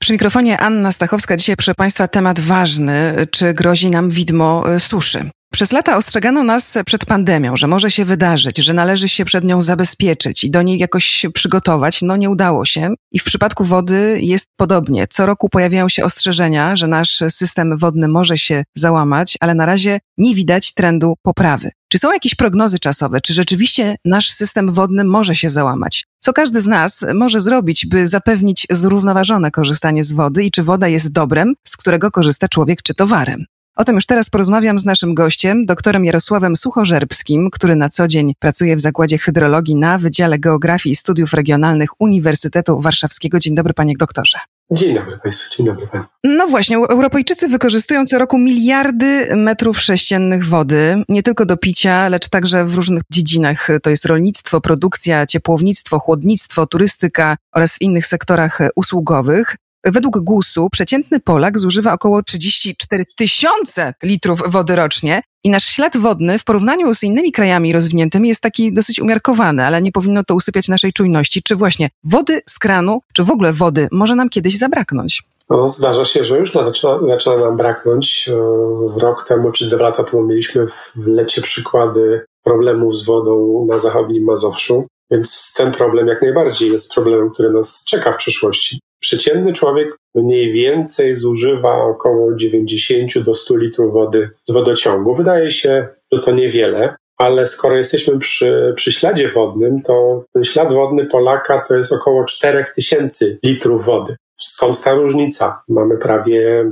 Przy mikrofonie Anna Stachowska. Dzisiaj, proszę Państwa, temat ważny. Czy grozi nam widmo suszy? Przez lata ostrzegano nas przed pandemią, że może się wydarzyć, że należy się przed nią zabezpieczyć i do niej jakoś przygotować. No nie udało się. I w przypadku wody jest podobnie. Co roku pojawiają się ostrzeżenia, że nasz system wodny może się załamać, ale na razie nie widać trendu poprawy. Czy są jakieś prognozy czasowe? Czy rzeczywiście nasz system wodny może się załamać? Co każdy z nas może zrobić, by zapewnić zrównoważone korzystanie z wody i czy woda jest dobrem, z którego korzysta człowiek, czy towarem? O tym już teraz porozmawiam z naszym gościem, doktorem Jarosławem Suchożerbskim, który na co dzień pracuje w Zakładzie Hydrologii na Wydziale Geografii i Studiów Regionalnych Uniwersytetu Warszawskiego. Dzień dobry, panie doktorze. Dzień dobry państwu, dzień dobry pani. No właśnie, Europejczycy wykorzystują co roku miliardy metrów sześciennych wody, nie tylko do picia, lecz także w różnych dziedzinach. To jest rolnictwo, produkcja, ciepłownictwo, chłodnictwo, turystyka oraz w innych sektorach usługowych. Według GUS-u przeciętny Polak zużywa około 34 000 litrów wody rocznie i nasz ślad wodny w porównaniu z innymi krajami rozwiniętymi jest taki dosyć umiarkowany, ale nie powinno to usypiać naszej czujności. Czy właśnie wody z kranu, czy w ogóle wody może nam kiedyś zabraknąć? No, zdarza się, że już zaczyna nam braknąć. Rok temu czy 2 lata temu mieliśmy w lecie przykłady problemów z wodą na zachodnim Mazowszu, więc ten problem jak najbardziej jest problemem, który nas czeka w przyszłości. Przeciętny człowiek mniej więcej zużywa około 90 do 100 litrów wody z wodociągu. Wydaje się, że to niewiele, ale skoro jesteśmy przy śladzie wodnym, to ten ślad wodny Polaka to jest około 4000 litrów wody. Skąd ta różnica? Mamy prawie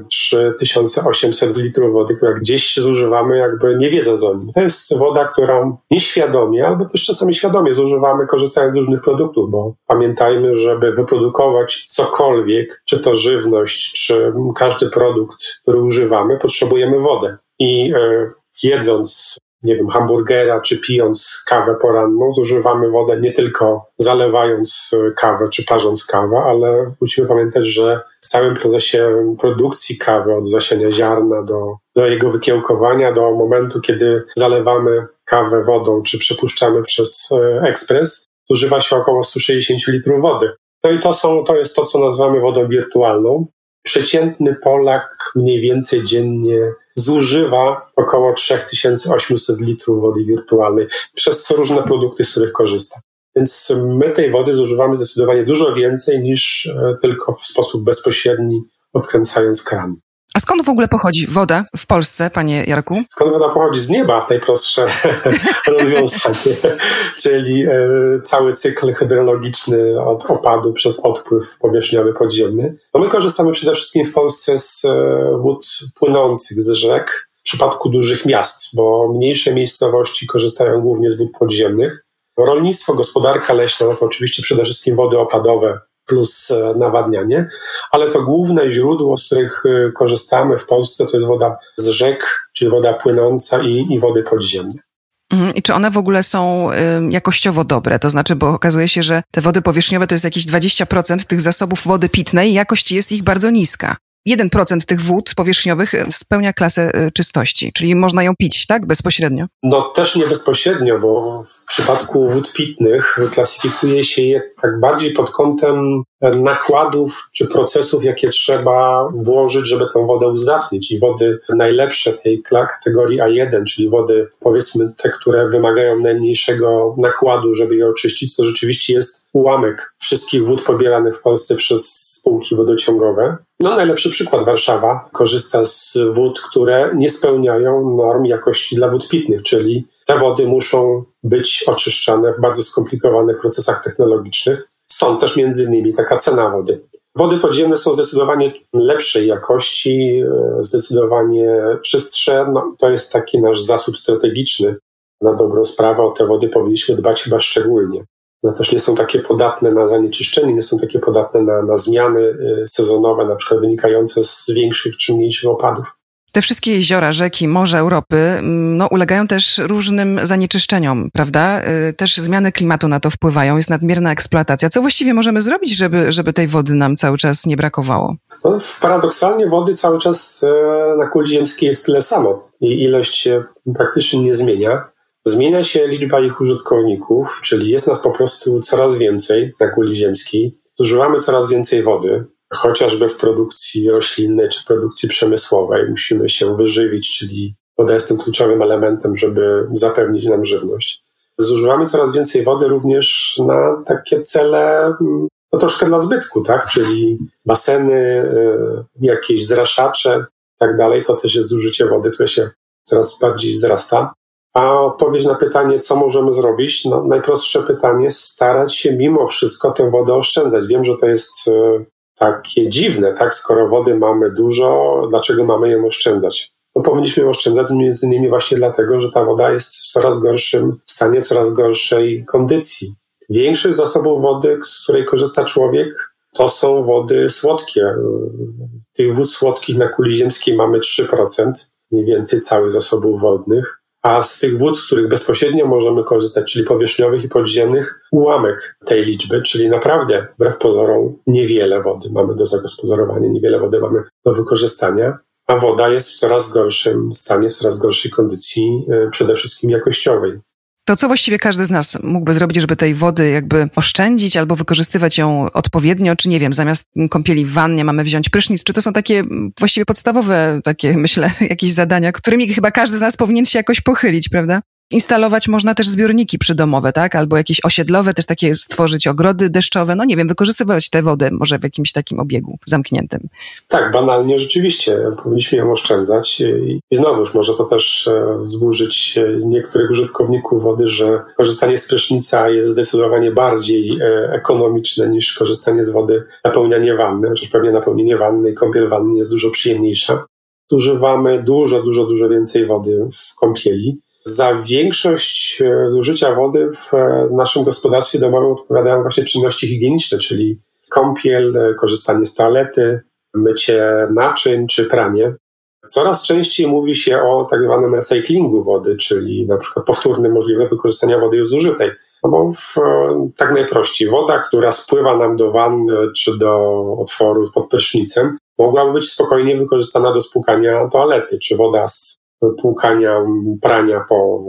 3800 litrów wody, która gdzieś zużywamy jakby nie wiedząc o nim. To jest woda, którą nieświadomie, albo też czasami świadomie zużywamy, korzystając z różnych produktów, bo pamiętajmy, żeby wyprodukować cokolwiek, czy to żywność, czy każdy produkt, który używamy, potrzebujemy wodę. I jedząc hamburgera, czy pijąc kawę poranną, zużywamy wodę nie tylko zalewając kawę, czy parząc kawę, ale musimy pamiętać, że w całym procesie produkcji kawy, od zasiania ziarna do jego wykiełkowania, do momentu, kiedy zalewamy kawę wodą, czy przepuszczamy przez ekspres, zużywa się około 160 litrów wody. No i to jest to, co nazywamy wodą wirtualną. Przeciętny Polak mniej więcej dziennie zużywa około 3800 litrów wody wirtualnej przez różne produkty, z których korzysta. Więc my tej wody zużywamy zdecydowanie dużo więcej niż tylko w sposób bezpośredni, odkręcając kran. A skąd w ogóle pochodzi woda w Polsce, panie Jarku? Skąd woda pochodzi? Z nieba, najprostsze rozwiązanie, czyli cały cykl hydrologiczny od opadu przez odpływ powierzchniowy podziemny. No my korzystamy przede wszystkim w Polsce z wód płynących z rzek w przypadku dużych miast, bo mniejsze miejscowości korzystają głównie z wód podziemnych. Rolnictwo, gospodarka leśna, no to oczywiście przede wszystkim wody opadowe plus nawadnianie, ale to główne źródło, z których korzystamy w Polsce, to jest woda z rzek, czyli woda płynąca i wody podziemne. I czy one w ogóle są jakościowo dobre? To znaczy, bo okazuje się, że te wody powierzchniowe to jest jakieś 20% tych zasobów wody pitnej i jakość jest ich bardzo niska. 1% tych wód powierzchniowych spełnia klasę czystości, czyli można ją pić, tak? Bezpośrednio? No też nie bezpośrednio, bo w przypadku wód pitnych klasyfikuje się je tak bardziej pod kątem nakładów czy procesów, jakie trzeba włożyć, żeby tę wodę uzdatnić. I wody najlepsze tej kategorii A1, czyli wody powiedzmy te, które wymagają najmniejszego nakładu, żeby je oczyścić, to rzeczywiście jest ułamek wszystkich wód pobieranych w Polsce przez spółki wodociągowe. No najlepszy przykład Warszawa korzysta z wód, które nie spełniają norm jakości dla wód pitnych, czyli te wody muszą być oczyszczane w bardzo skomplikowanych procesach technologicznych. Stąd też między innymi taka cena wody. Wody podziemne są zdecydowanie lepszej jakości, zdecydowanie czystsze. No, to jest taki nasz zasób strategiczny. Na dobrą sprawę o te wody powinniśmy dbać chyba szczególnie. One też nie są takie podatne na zanieczyszczenie, nie są takie podatne na zmiany sezonowe, na przykład wynikające z większych czy mniejszych opadów. Te wszystkie jeziora, rzeki, morza Europy ulegają też różnym zanieczyszczeniom, prawda? Też zmiany klimatu na to wpływają, jest nadmierna eksploatacja. Co właściwie możemy zrobić, żeby tej wody nam cały czas nie brakowało? No, paradoksalnie wody cały czas na kuli ziemskiej jest tyle samo i ilość się praktycznie nie zmienia. Zmienia się liczba ich użytkowników, czyli jest nas po prostu coraz więcej na kuli ziemskiej. Zużywamy coraz więcej wody. chociażby w produkcji roślinnej czy produkcji przemysłowej musimy się wyżywić, czyli woda jest tym kluczowym elementem, żeby zapewnić nam żywność. Zużywamy coraz więcej wody również na takie cele, no troszkę dla zbytku, tak? Czyli baseny, jakieś zraszacze i tak dalej. To też jest zużycie wody, które się coraz bardziej wzrasta. A odpowiedź na pytanie, co możemy zrobić? No, najprostsze pytanie, starać się mimo wszystko tę wodę oszczędzać. Wiem, że to jest takie dziwne, tak? Skoro wody mamy dużo, dlaczego mamy ją oszczędzać? No, powinniśmy ją oszczędzać między innymi właśnie dlatego, że ta woda jest w coraz gorszym stanie, coraz gorszej kondycji. Większość zasobów wody, z której korzysta człowiek, to są wody słodkie. Tych wód słodkich na kuli ziemskiej mamy 3%, mniej więcej całych zasobów wodnych. A z tych wód, z których bezpośrednio możemy korzystać, czyli powierzchniowych i podziemnych, ułamek tej liczby, czyli naprawdę, wbrew pozorom, niewiele wody mamy do zagospodarowania, niewiele wody mamy do wykorzystania, a woda jest w coraz gorszym stanie, w coraz gorszej kondycji, przede wszystkim jakościowej. To co właściwie każdy z nas mógłby zrobić, żeby tej wody jakby oszczędzić albo wykorzystywać ją odpowiednio, czy nie wiem, zamiast kąpieli w wannie mamy wziąć prysznic, czy to są takie właściwie podstawowe, takie myślę, jakieś zadania, którymi chyba każdy z nas powinien się jakoś pochylić, prawda? Instalować można też zbiorniki przydomowe, tak? Albo jakieś osiedlowe, też takie stworzyć ogrody deszczowe, no nie wiem, wykorzystywać tę wodę może w jakimś takim obiegu zamkniętym. Tak, banalnie rzeczywiście powinniśmy ją oszczędzać i znowuż może to też wzburzyć niektórych użytkowników wody, że korzystanie z prysznica jest zdecydowanie bardziej ekonomiczne niż korzystanie z wody napełnianie wanny, chociaż pewnie napełnienie wanny i kąpiel wanny jest dużo przyjemniejsza. Zużywamy dużo więcej wody w kąpieli. Za większość zużycia wody w naszym gospodarstwie domowym odpowiadają właśnie czynności higieniczne, czyli kąpiel, korzystanie z toalety, mycie naczyń czy pranie. Coraz częściej mówi się o tak zwanym recyklingu wody, czyli na przykład powtórnym możliwe wykorzystania wody już zużytej. No bo tak najprościej, woda, która spływa nam do wanny czy do otworu pod prysznicem, mogłaby być spokojnie wykorzystana do spłukania toalety, czy woda z płukania, prania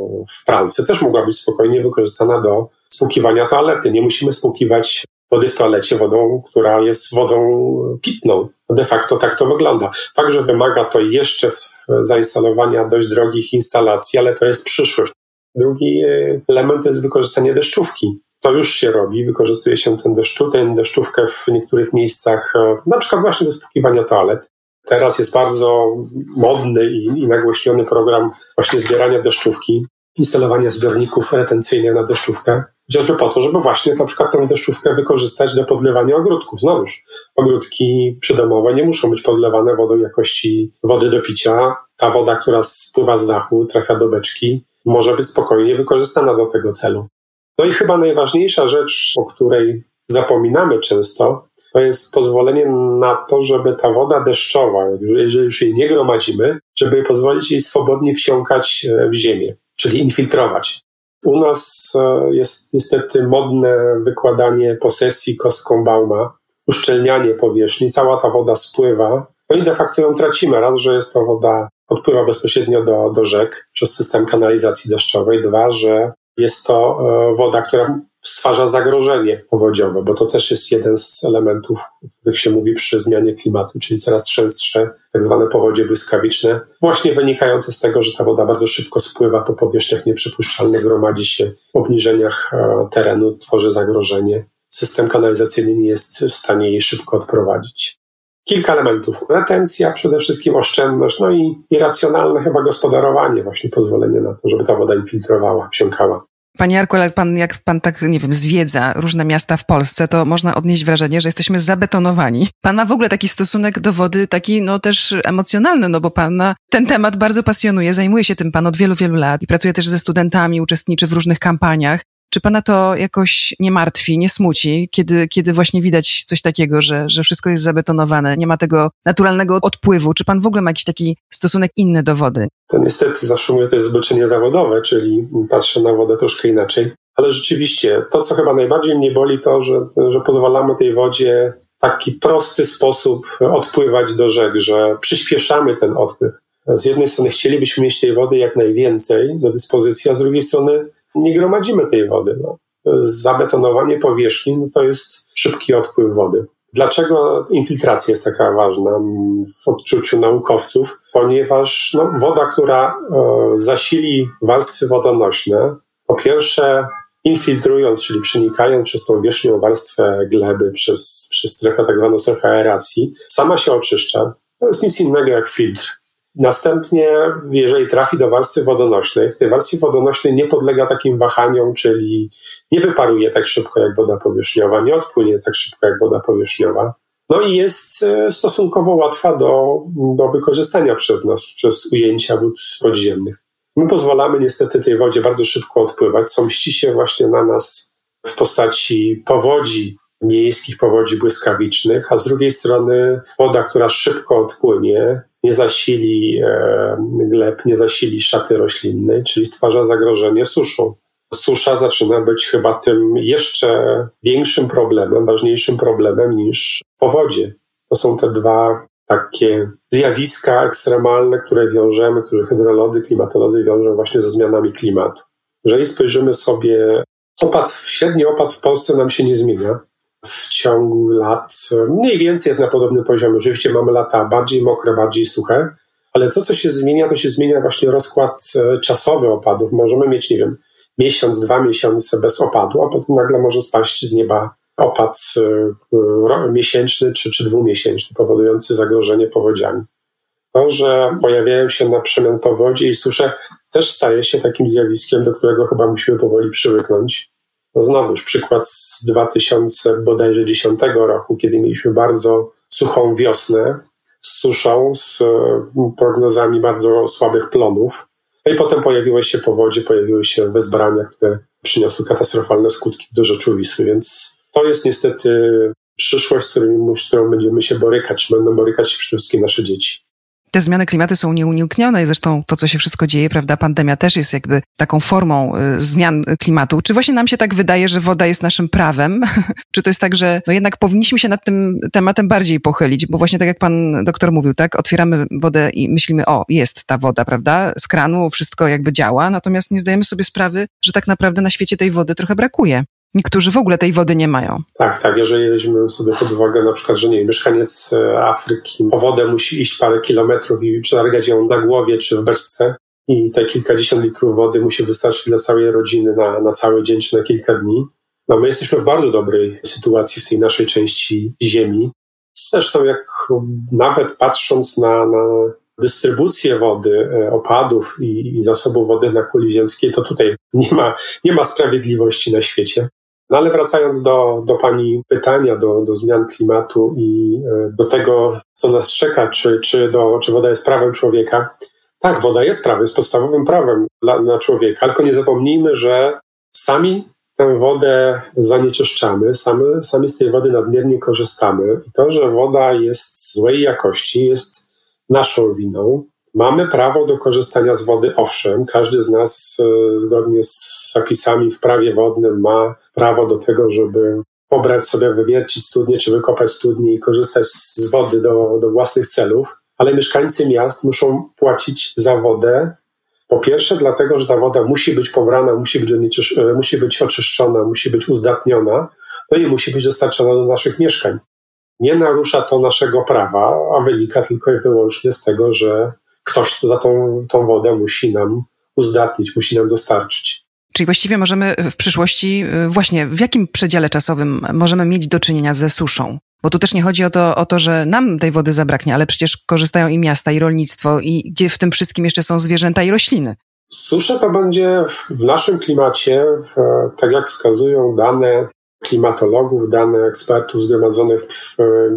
w pralce też mogła być spokojnie wykorzystana do spłukiwania toalety. Nie musimy spłukiwać wody w toalecie wodą, która jest wodą pitną. De facto tak to wygląda. Fakt, że wymaga to jeszcze zainstalowania dość drogich instalacji, ale to jest przyszłość. Drugi element to jest wykorzystanie deszczówki. To już się robi, wykorzystuje się tę deszczówkę w niektórych miejscach, na przykład właśnie do spłukiwania toalet. Teraz jest bardzo modny i nagłośniony program właśnie zbierania deszczówki, instalowania zbiorników retencyjnych na deszczówkę, chociażby po to, żeby właśnie na przykład tę deszczówkę wykorzystać do podlewania ogródków. Znowuż, ogródki przydomowe nie muszą być podlewane wodą jakości wody do picia. Ta woda, która spływa z dachu, trafia do beczki, może być spokojnie wykorzystana do tego celu. No i chyba najważniejsza rzecz, o której zapominamy często, to jest pozwolenie na to, żeby ta woda deszczowa, jeżeli już jej nie gromadzimy, żeby pozwolić jej swobodnie wsiąkać w ziemię, czyli infiltrować. U nas jest niestety modne wykładanie posesji kostką Bauma, uszczelnianie powierzchni, cała ta woda spływa, no i de facto ją tracimy. Raz, że jest to woda, odpływa bezpośrednio do rzek przez system kanalizacji deszczowej. Dwa, że jest to woda, która stwarza zagrożenie powodziowe, bo to też jest jeden z elementów, o których się mówi przy zmianie klimatu, czyli coraz częstsze tak zwane powodzie błyskawiczne, właśnie wynikające z tego, że ta woda bardzo szybko spływa po powierzchniach nieprzepuszczalnych, gromadzi się w obniżeniach terenu, tworzy zagrożenie. System kanalizacyjny nie jest w stanie jej szybko odprowadzić. Kilka elementów. Retencja, przede wszystkim oszczędność, no i racjonalne chyba gospodarowanie, właśnie pozwolenie na to, żeby ta woda infiltrowała, wsiąkała. Panie Jarku, jak pan tak, nie wiem, zwiedza różne miasta w Polsce, to można odnieść wrażenie, że jesteśmy zabetonowani. Pan ma w ogóle taki stosunek do wody, taki no też emocjonalny, no bo pana ten temat bardzo pasjonuje, zajmuje się tym pan od wielu lat i pracuje też ze studentami, uczestniczy w różnych kampaniach. Czy pana to jakoś nie martwi, nie smuci, kiedy właśnie widać coś takiego, że wszystko jest zabetonowane, nie ma tego naturalnego odpływu? Czy pan w ogóle ma jakiś taki stosunek inny do wody? To niestety zawsze mówię, to jest zboczenie zawodowe, czyli patrzę na wodę troszkę inaczej. Ale rzeczywiście, to co chyba najbardziej mnie boli, to, że pozwalamy tej wodzie w taki prosty sposób odpływać do rzek, że przyspieszamy ten odpływ. Z jednej strony chcielibyśmy mieć tej wody jak najwięcej do dyspozycji, a z drugiej strony nie gromadzimy tej wody. Zabetonowanie powierzchni to jest szybki odpływ wody. Dlaczego infiltracja jest taka ważna w odczuciu naukowców? Ponieważ woda, która zasili warstwy wodonośne, po pierwsze infiltrując, czyli przenikając przez tą wierzchnią warstwę gleby, przez strefę, tak zwaną strefę aeracji, sama się oczyszcza. To jest nic innego jak filtr. Następnie, jeżeli trafi do warstwy wodonośnej, w tej warstwie wodonośnej nie podlega takim wahaniom, czyli nie wyparuje tak szybko jak woda powierzchniowa, nie odpłynie tak szybko jak woda powierzchniowa. No i jest stosunkowo łatwa do wykorzystania przez nas, przez ujęcia wód podziemnych. My pozwalamy niestety tej wodzie bardzo szybko odpływać. Mści się właśnie na nas w postaci powodzi miejskich, powodzi błyskawicznych, a z drugiej strony woda, która szybko odpłynie, nie zasili gleb, nie zasili szaty roślinnej, czyli stwarza zagrożenie suszą. Susza zaczyna być chyba tym jeszcze większym problemem, ważniejszym problemem niż powodzie. To są te dwa takie zjawiska ekstremalne, które hydrolodzy, klimatolodzy wiążą właśnie ze zmianami klimatu. Jeżeli spojrzymy sobie, średni opad w Polsce nam się nie zmienia. W ciągu lat mniej więcej jest na podobnym poziomie. Oczywiście mamy lata bardziej mokre, bardziej suche, ale to, co się zmienia, to się zmienia właśnie rozkład czasowy opadów. Możemy mieć, miesiąc, 2 miesiące bez opadu, a potem nagle może spaść z nieba opad miesięczny czy 2-miesięczny, powodujący zagrożenie powodziami. To, że pojawiają się na przemian powodzi i susze, też staje się takim zjawiskiem, do którego chyba musimy powoli przywyknąć. Znowuż przykład z 2010 roku, kiedy mieliśmy bardzo suchą wiosnę z suszą, z prognozami bardzo słabych plonów. No i potem pojawiły się powodzie, pojawiły się wezbrania, które przyniosły katastrofalne skutki do rzeczu Wisły, więc to jest niestety przyszłość, z którą będziemy się borykać, czy będą borykać się przede wszystkim nasze dzieci. Te zmiany klimatu są nieuniknione i zresztą to, co się wszystko dzieje, prawda, pandemia też jest jakby taką formą zmian klimatu. Czy właśnie nam się tak wydaje, że woda jest naszym prawem? Czy to jest tak, że jednak powinniśmy się nad tym tematem bardziej pochylić? Bo właśnie tak jak pan doktor mówił, tak, otwieramy wodę i myślimy, jest ta woda, prawda, z kranu, wszystko jakby działa, natomiast nie zdajemy sobie sprawy, że tak naprawdę na świecie tej wody trochę brakuje. Niektórzy w ogóle tej wody nie mają. Tak. Jeżeli weźmiemy sobie pod uwagę na przykład, że mieszkaniec Afryki po wodę musi iść parę kilometrów i przetargać ją na głowie czy w beczce i te kilkadziesiąt litrów wody musi wystarczyć dla całej rodziny na cały dzień czy na kilka dni. No my jesteśmy w bardzo dobrej sytuacji w tej naszej części ziemi. Zresztą nawet patrząc na dystrybucję wody, opadów i zasobów wody na kuli ziemskiej, to tutaj nie ma sprawiedliwości na świecie. No ale wracając do pani pytania, do zmian klimatu i do tego, co nas czeka, czy woda jest prawem człowieka. Tak, woda jest prawem, jest podstawowym prawem dla człowieka, tylko nie zapomnijmy, że sami tę wodę zanieczyszczamy, sami z tej wody nadmiernie korzystamy i to, że woda jest złej jakości, jest naszą winą. Mamy prawo do korzystania z wody, owszem, każdy z nas zgodnie z zapisami w prawie wodnym ma prawo do tego, żeby pobrać sobie, wywiercić studnię czy wykopać studnię i korzystać z wody do własnych celów, ale mieszkańcy miast muszą płacić za wodę. Po pierwsze dlatego, że ta woda musi być pobrana, musi być oczyszczona, musi być uzdatniona, no i musi być dostarczona do naszych mieszkań. Nie narusza to naszego prawa, a wynika tylko i wyłącznie z tego, że ktoś za tą wodę musi nam uzdatnić, musi nam dostarczyć. Czyli właściwie możemy w przyszłości, właśnie w jakim przedziale czasowym możemy mieć do czynienia ze suszą? Bo tu też nie chodzi o to, że nam tej wody zabraknie, ale przecież korzystają i miasta, i rolnictwo, i gdzie w tym wszystkim jeszcze są zwierzęta i rośliny. Susza to będzie w naszym klimacie, tak jak wskazują dane klimatologów, dane ekspertów zgromadzonych w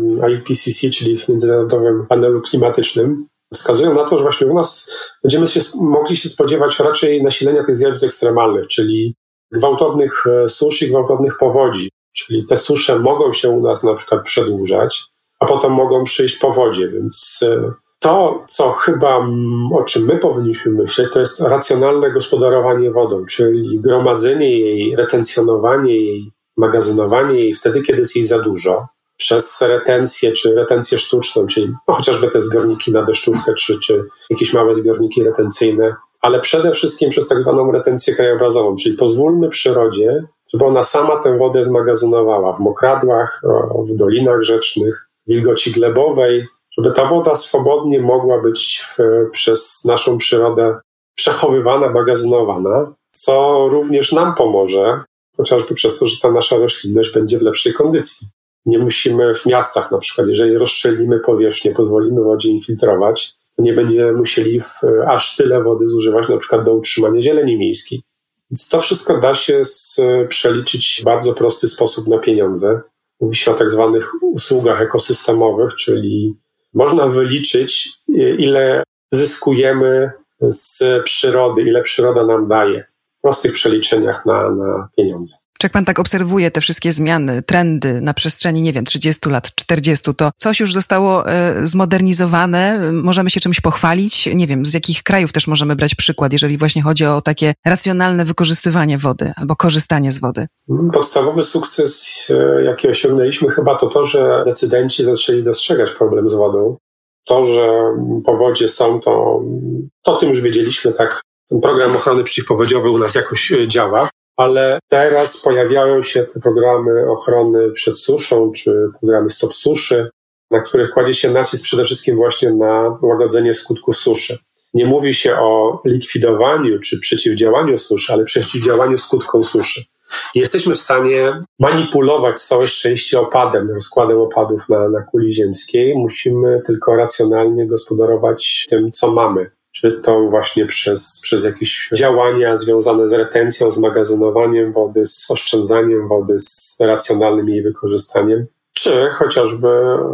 IPCC, czyli w Międzynarodowym Panelu Klimatycznym, wskazują na to, że właśnie u nas będziemy mogli się spodziewać raczej nasilenia tych zjawisk ekstremalnych, czyli gwałtownych susz i gwałtownych powodzi. Czyli te susze mogą się u nas na przykład przedłużać, a potem mogą przyjść powodzie, więc to, co chyba, o czym my powinniśmy myśleć, to jest racjonalne gospodarowanie wodą, czyli gromadzenie jej, retencjonowanie jej, magazynowanie jej wtedy, kiedy jest jej za dużo, przez retencję czy retencję sztuczną, czyli chociażby te zbiorniki na deszczówkę czy jakieś małe zbiorniki retencyjne, ale przede wszystkim przez tak zwaną retencję krajobrazową, czyli pozwólmy przyrodzie żeby ona sama tę wodę zmagazynowała w mokradłach, w dolinach rzecznych, wilgoci glebowej, żeby ta woda swobodnie mogła być przez naszą przyrodę przechowywana, magazynowana, co również nam pomoże, chociażby przez to, że ta nasza roślinność będzie w lepszej kondycji. Nie musimy w miastach na przykład, jeżeli rozszczelnimy powierzchnię, pozwolimy wodzie infiltrować, to nie będziemy musieli aż tyle wody zużywać na przykład do utrzymania zieleni miejskiej. Więc to wszystko da się przeliczyć w bardzo prosty sposób na pieniądze. Mówi się o tak zwanych usługach ekosystemowych, czyli można wyliczyć, ile zyskujemy z przyrody, ile przyroda nam daje w prostych przeliczeniach na pieniądze. Czy jak pan tak obserwuje te wszystkie zmiany, trendy na przestrzeni, 30 lat, 40, to coś już zostało zmodernizowane? Możemy się czymś pochwalić? Z jakich krajów też możemy brać przykład, jeżeli właśnie chodzi o takie racjonalne wykorzystywanie wody albo korzystanie z wody? Podstawowy sukces, jaki osiągnęliśmy, chyba to, że decydenci zaczęli dostrzegać problem z wodą. To, że powodzie są, to o tym już wiedzieliśmy, tak. Ten program ochrony przeciwpowodziowy u nas jakoś działa. Ale teraz pojawiają się te programy ochrony przed suszą, czy programy Stop Suszy, na których kładzie się nacisk przede wszystkim właśnie na łagodzenie skutków suszy. Nie mówi się o likwidowaniu czy przeciwdziałaniu suszy, ale przeciwdziałaniu skutkom suszy. Nie jesteśmy w stanie manipulować całe szczęście opadem, rozkładem opadów na kuli ziemskiej. Musimy tylko racjonalnie gospodarować tym, co mamy. Czy to właśnie przez jakieś działania związane z retencją, z magazynowaniem wody, z oszczędzaniem wody, z racjonalnym jej wykorzystaniem, czy chociażby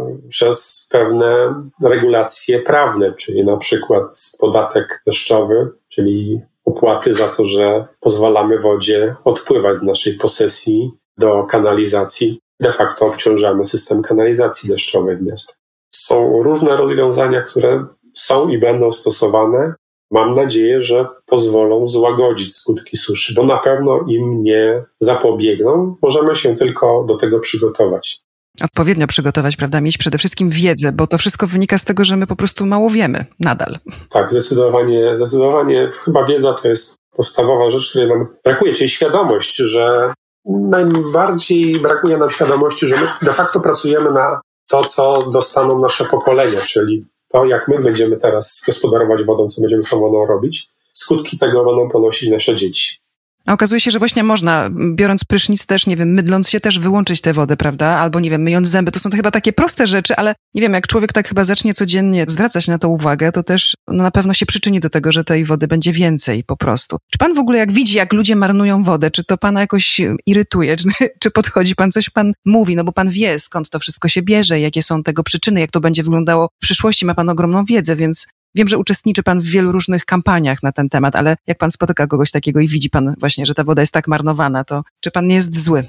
przez pewne regulacje prawne, czyli na przykład podatek deszczowy, czyli opłaty za to, że pozwalamy wodzie odpływać z naszej posesji do kanalizacji. De facto obciążamy system kanalizacji deszczowej w miastach. Są różne rozwiązania, które są i będą stosowane. Mam nadzieję, że pozwolą złagodzić skutki suszy, bo na pewno im nie zapobiegną. Możemy się tylko do tego przygotować. Odpowiednio przygotować, prawda? Mieć przede wszystkim wiedzę, bo to wszystko wynika z tego, że my po prostu mało wiemy nadal. Tak, zdecydowanie. Chyba wiedza to jest podstawowa rzecz, której nam brakuje, czyli świadomość, że najbardziej brakuje nam świadomości, że my de facto pracujemy na to, co dostaną nasze pokolenia, czyli to, jak my będziemy teraz gospodarować wodą, co będziemy z tą wodą robić, skutki tego będą ponosić nasze dzieci. A okazuje się, że właśnie można, biorąc prysznic też, mydląc się też wyłączyć tę wodę, prawda? Albo, myjąc zęby. To są to chyba takie proste rzeczy, ale jak człowiek tak chyba zacznie codziennie zwracać na to uwagę, to też na pewno się przyczyni do tego, że tej wody będzie więcej po prostu. Czy pan w ogóle jak widzi, jak ludzie marnują wodę, czy to pana jakoś irytuje? Czy podchodzi pan, coś pan mówi? No bo pan wie, skąd to wszystko się bierze, jakie są tego przyczyny, jak to będzie wyglądało w przyszłości. Ma pan ogromną wiedzę, więc wiem, że uczestniczy pan w wielu różnych kampaniach na ten temat, ale jak pan spotyka kogoś takiego i widzi pan właśnie, że ta woda jest tak marnowana, to czy pan nie jest zły?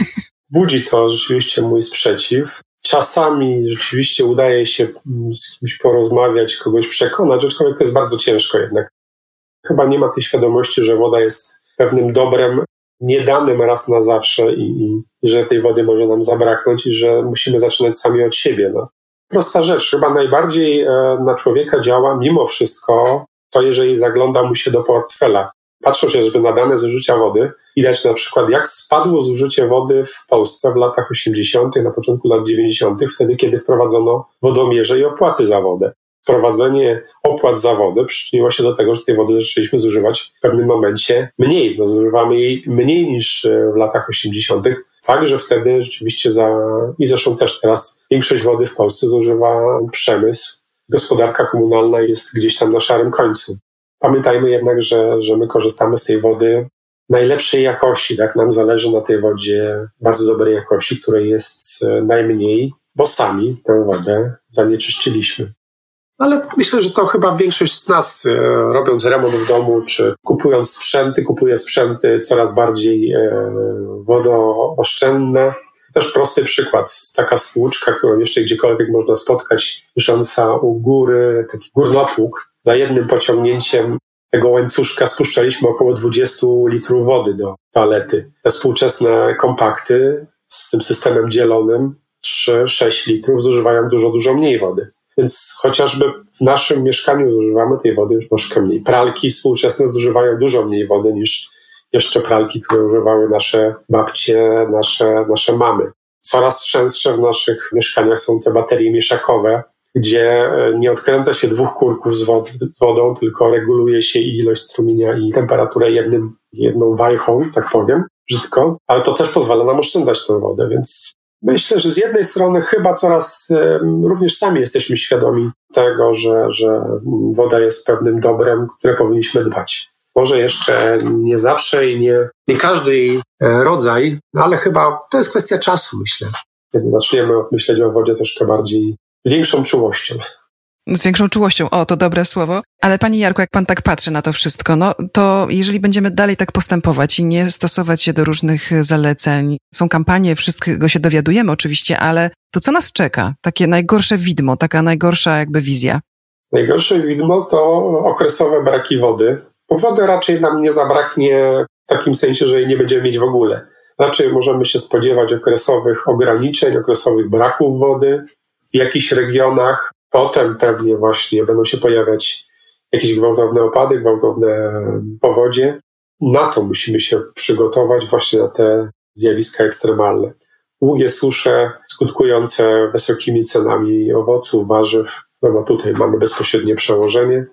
Budzi to rzeczywiście mój sprzeciw. Czasami rzeczywiście udaje się z kimś porozmawiać, kogoś przekonać, aczkolwiek to jest bardzo ciężko jednak. Chyba nie ma tej świadomości, że woda jest pewnym dobrem niedanym raz na zawsze i że tej wody może nam zabraknąć i że musimy zaczynać sami od siebie. Prosta rzecz, chyba najbardziej na człowieka działa mimo wszystko to, jeżeli zagląda mu się do portfela. Patrząc chociażby na dane zużycia wody, widać na przykład, jak spadło zużycie wody w Polsce w latach 80., na początku lat 90., wtedy, kiedy wprowadzono wodomierze i opłaty za wodę. Wprowadzenie opłat za wodę przyczyniło się do tego, że tej wody zaczęliśmy zużywać w pewnym momencie mniej. Zużywamy jej mniej niż w latach 80. Fakt, że wtedy rzeczywiście i zresztą też teraz większość wody w Polsce zużywa przemysł. Gospodarka komunalna jest gdzieś tam na szarym końcu. Pamiętajmy jednak, że my korzystamy z tej wody najlepszej jakości. Tak? Nam zależy na tej wodzie bardzo dobrej jakości, której jest najmniej, bo sami tę wodę zanieczyszczyliśmy. Ale myślę, że to chyba większość z nas, robiąc remont w domu, czy kupuje sprzęty coraz bardziej wodooszczędne. Też prosty przykład, taka spłuczka, którą jeszcze gdziekolwiek można spotkać, wisząca u góry, taki górnopług. Za jednym pociągnięciem tego łańcuszka spuszczaliśmy około 20 litrów wody do toalety. Te współczesne kompakty z tym systemem dzielonym 3-6 litrów zużywają dużo mniej wody. Więc chociażby w naszym mieszkaniu zużywamy tej wody już troszkę mniej. Pralki współczesne zużywają dużo mniej wody jeszcze pralki, które używały nasze babcie, nasze mamy. Coraz częstsze w naszych mieszkaniach są te baterie mieszakowe, gdzie nie odkręca się 2 kurków z wodą, tylko reguluje się ilość strumienia i temperaturę jedną wajchą, tak powiem, brzydko, ale to też pozwala nam oszczędzać tę wodę, więc myślę, że z jednej strony chyba coraz również sami jesteśmy świadomi tego, że woda jest pewnym dobrem, które powinniśmy dbać. Może jeszcze nie zawsze i nie każdy jej rodzaj, ale chyba to jest kwestia czasu, myślę, kiedy zaczniemy myśleć o wodzie troszkę bardziej z większą czułością. Z większą czułością, to dobre słowo. Ale Panie Jarku, jak Pan tak patrzy na to wszystko, to jeżeli będziemy dalej tak postępować i nie stosować się do różnych zaleceń, są kampanie, wszystkiego się dowiadujemy oczywiście, ale to co nas czeka? Takie najgorsze widmo, taka najgorsza jakby wizja. Najgorsze widmo to okresowe braki wody. Bo wody raczej nam nie zabraknie w takim sensie, że jej nie będziemy mieć w ogóle. Raczej możemy się spodziewać okresowych ograniczeń, okresowych braków wody w jakichś regionach. Potem pewnie właśnie będą się pojawiać jakieś gwałtowne opady, gwałtowne powodzie. Na to musimy się przygotować, właśnie na te zjawiska ekstremalne. Długie susze skutkujące wysokimi cenami owoców, warzyw, bo tutaj mamy bezpośrednie przełożenie.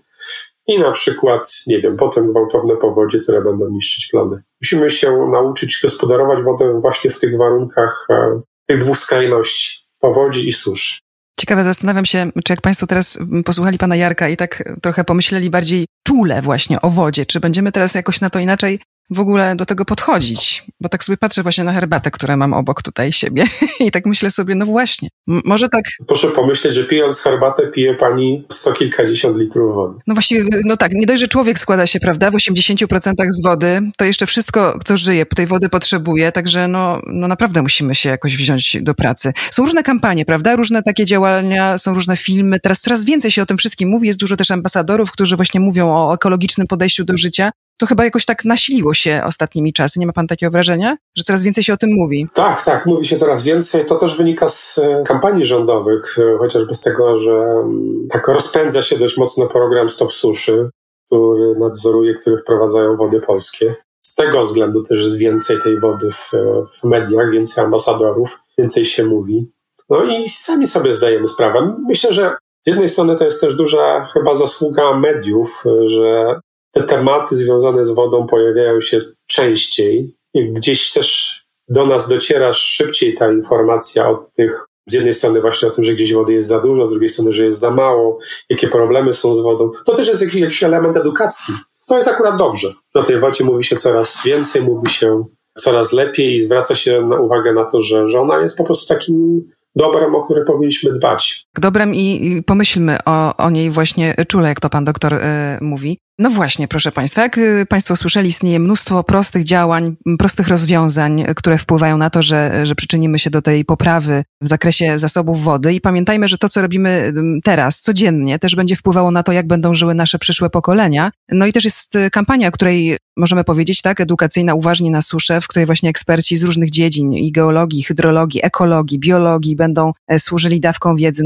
I na przykład, potem gwałtowne powodzie, które będą niszczyć plony. Musimy się nauczyć gospodarować wodę właśnie w tych warunkach tych 2 skrajności, powodzi i suszy. Ciekawe, zastanawiam się, czy jak Państwo teraz posłuchali Pana Jarka i tak trochę pomyśleli bardziej czule właśnie o wodzie, czy będziemy teraz jakoś na to inaczej w ogóle do tego podchodzić? Bo tak sobie patrzę właśnie na herbatę, którą mam obok tutaj siebie i tak myślę sobie, no właśnie, może tak... Proszę pomyśleć, że pijąc herbatę pije Pani 100 kilkadziesiąt litrów wody. No właściwie, tak, nie dość, że człowiek składa się, prawda, w 80% z wody, to jeszcze wszystko, co żyje, tej wody potrzebuje, także no naprawdę musimy się jakoś wziąć do pracy. Są różne kampanie, prawda, różne takie działania, są różne filmy, teraz coraz więcej się o tym wszystkim mówi, jest dużo też ambasadorów, którzy właśnie mówią o ekologicznym podejściu do życia. To chyba jakoś tak nasiliło się ostatnimi czasy. Nie ma Pan takiego wrażenia? Że coraz więcej się o tym mówi? Tak, mówi się coraz więcej. To też wynika z kampanii rządowych, chociażby z tego, że tak rozpędza się dość mocno program Stop Suszy, który nadzoruje, który wprowadzają Wody Polskie. Z tego względu też jest więcej tej wody w mediach, więcej ambasadorów, więcej się mówi. No i sami sobie zdajemy sprawę. Myślę, że z jednej strony to jest też duża chyba zasługa mediów, że te tematy związane z wodą pojawiają się częściej i gdzieś też do nas dociera szybciej ta informacja o tych, z jednej strony właśnie o tym, że gdzieś wody jest za dużo, z drugiej strony, że jest za mało, jakie problemy są z wodą. To też jest jakiś element edukacji. To jest akurat dobrze. O tej wodzie mówi się coraz więcej, mówi się coraz lepiej i zwraca się uwagę na to, że ona jest po prostu takim dobrem, o które powinniśmy dbać. Dobrem i pomyślmy o niej właśnie czule, jak to pan doktor mówi. No właśnie, proszę Państwa, jak Państwo słyszeli, istnieje mnóstwo prostych działań, prostych rozwiązań, które wpływają na to, że przyczynimy się do tej poprawy w zakresie zasobów wody i pamiętajmy, że to, co robimy teraz, codziennie, też będzie wpływało na to, jak będą żyły nasze przyszłe pokolenia. No i też jest kampania, której możemy powiedzieć, tak, edukacyjna, Uważni na suszę, w której właśnie eksperci z różnych dziedzin i geologii, hydrologii, ekologii, biologii będą służyli dawką wiedzy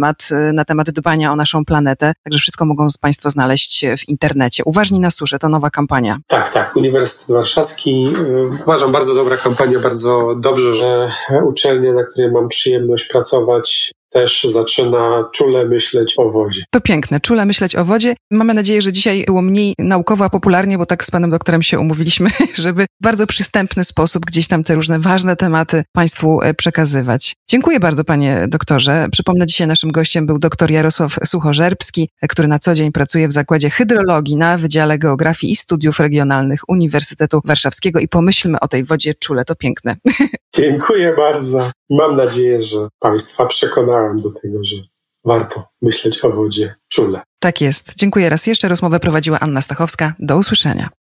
na temat dbania o naszą planetę. Także wszystko mogą Państwo znaleźć w internecie. Uważni na suszę, to nowa kampania. Tak. Uniwersytet Warszawski. Uważam, bardzo dobra kampania, bardzo dobrze, że uczelnia, na której mam przyjemność pracować, też zaczyna czule myśleć o wodzie. To piękne, czule myśleć o wodzie. Mamy nadzieję, że dzisiaj było mniej naukowo, a popularnie, bo tak z panem doktorem się umówiliśmy, żeby w bardzo przystępny sposób gdzieś tam te różne ważne tematy Państwu przekazywać. Dziękuję bardzo, panie doktorze. Przypomnę, dzisiaj naszym gościem był dr Jarosław Suchorzerski, który na co dzień pracuje w Zakładzie Hydrologii na Wydziale Geografii i Studiów Regionalnych Uniwersytetu Warszawskiego i pomyślmy o tej wodzie czule, to piękne. Dziękuję bardzo. Mam nadzieję, że Państwa przekonałem do tego, że warto myśleć o wodzie czule. Tak jest. Dziękuję raz jeszcze. Rozmowę prowadziła Anna Stachowska. Do usłyszenia.